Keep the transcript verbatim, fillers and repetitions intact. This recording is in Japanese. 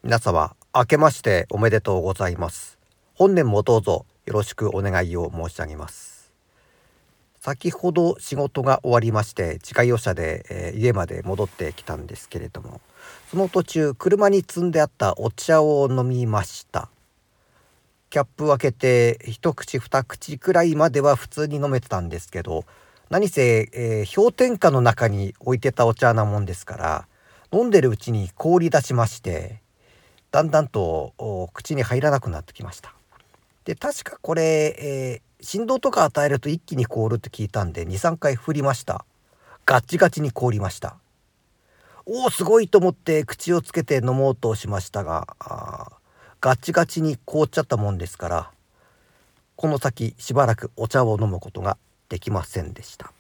皆様明けましておめでとうございます。本年もどうぞよろしくお願いを申し上げます。先ほど仕事が終わりまして自家用車で、えー家まで戻ってきたんですけれども、その途中車に積んであったお茶を飲みました。キャップを開けて一口二口くらいまでは普通に飲めてたんですけど、何せ、えー氷点下の中に置いてたお茶なもんですから、飲んでるうちに凍り出しまして、だんだんとお口に入らなくなってきました。で、確かこれ、えー振動とか与えると一気に凍るって聞いたんでに、さんかい振りました。ガッチガチに凍りました。おお、すごいと思って口をつけて飲もうとしましたが、あーガッチガチに凍っちゃったもんですから、この先しばらくお茶を飲むことができませんでした。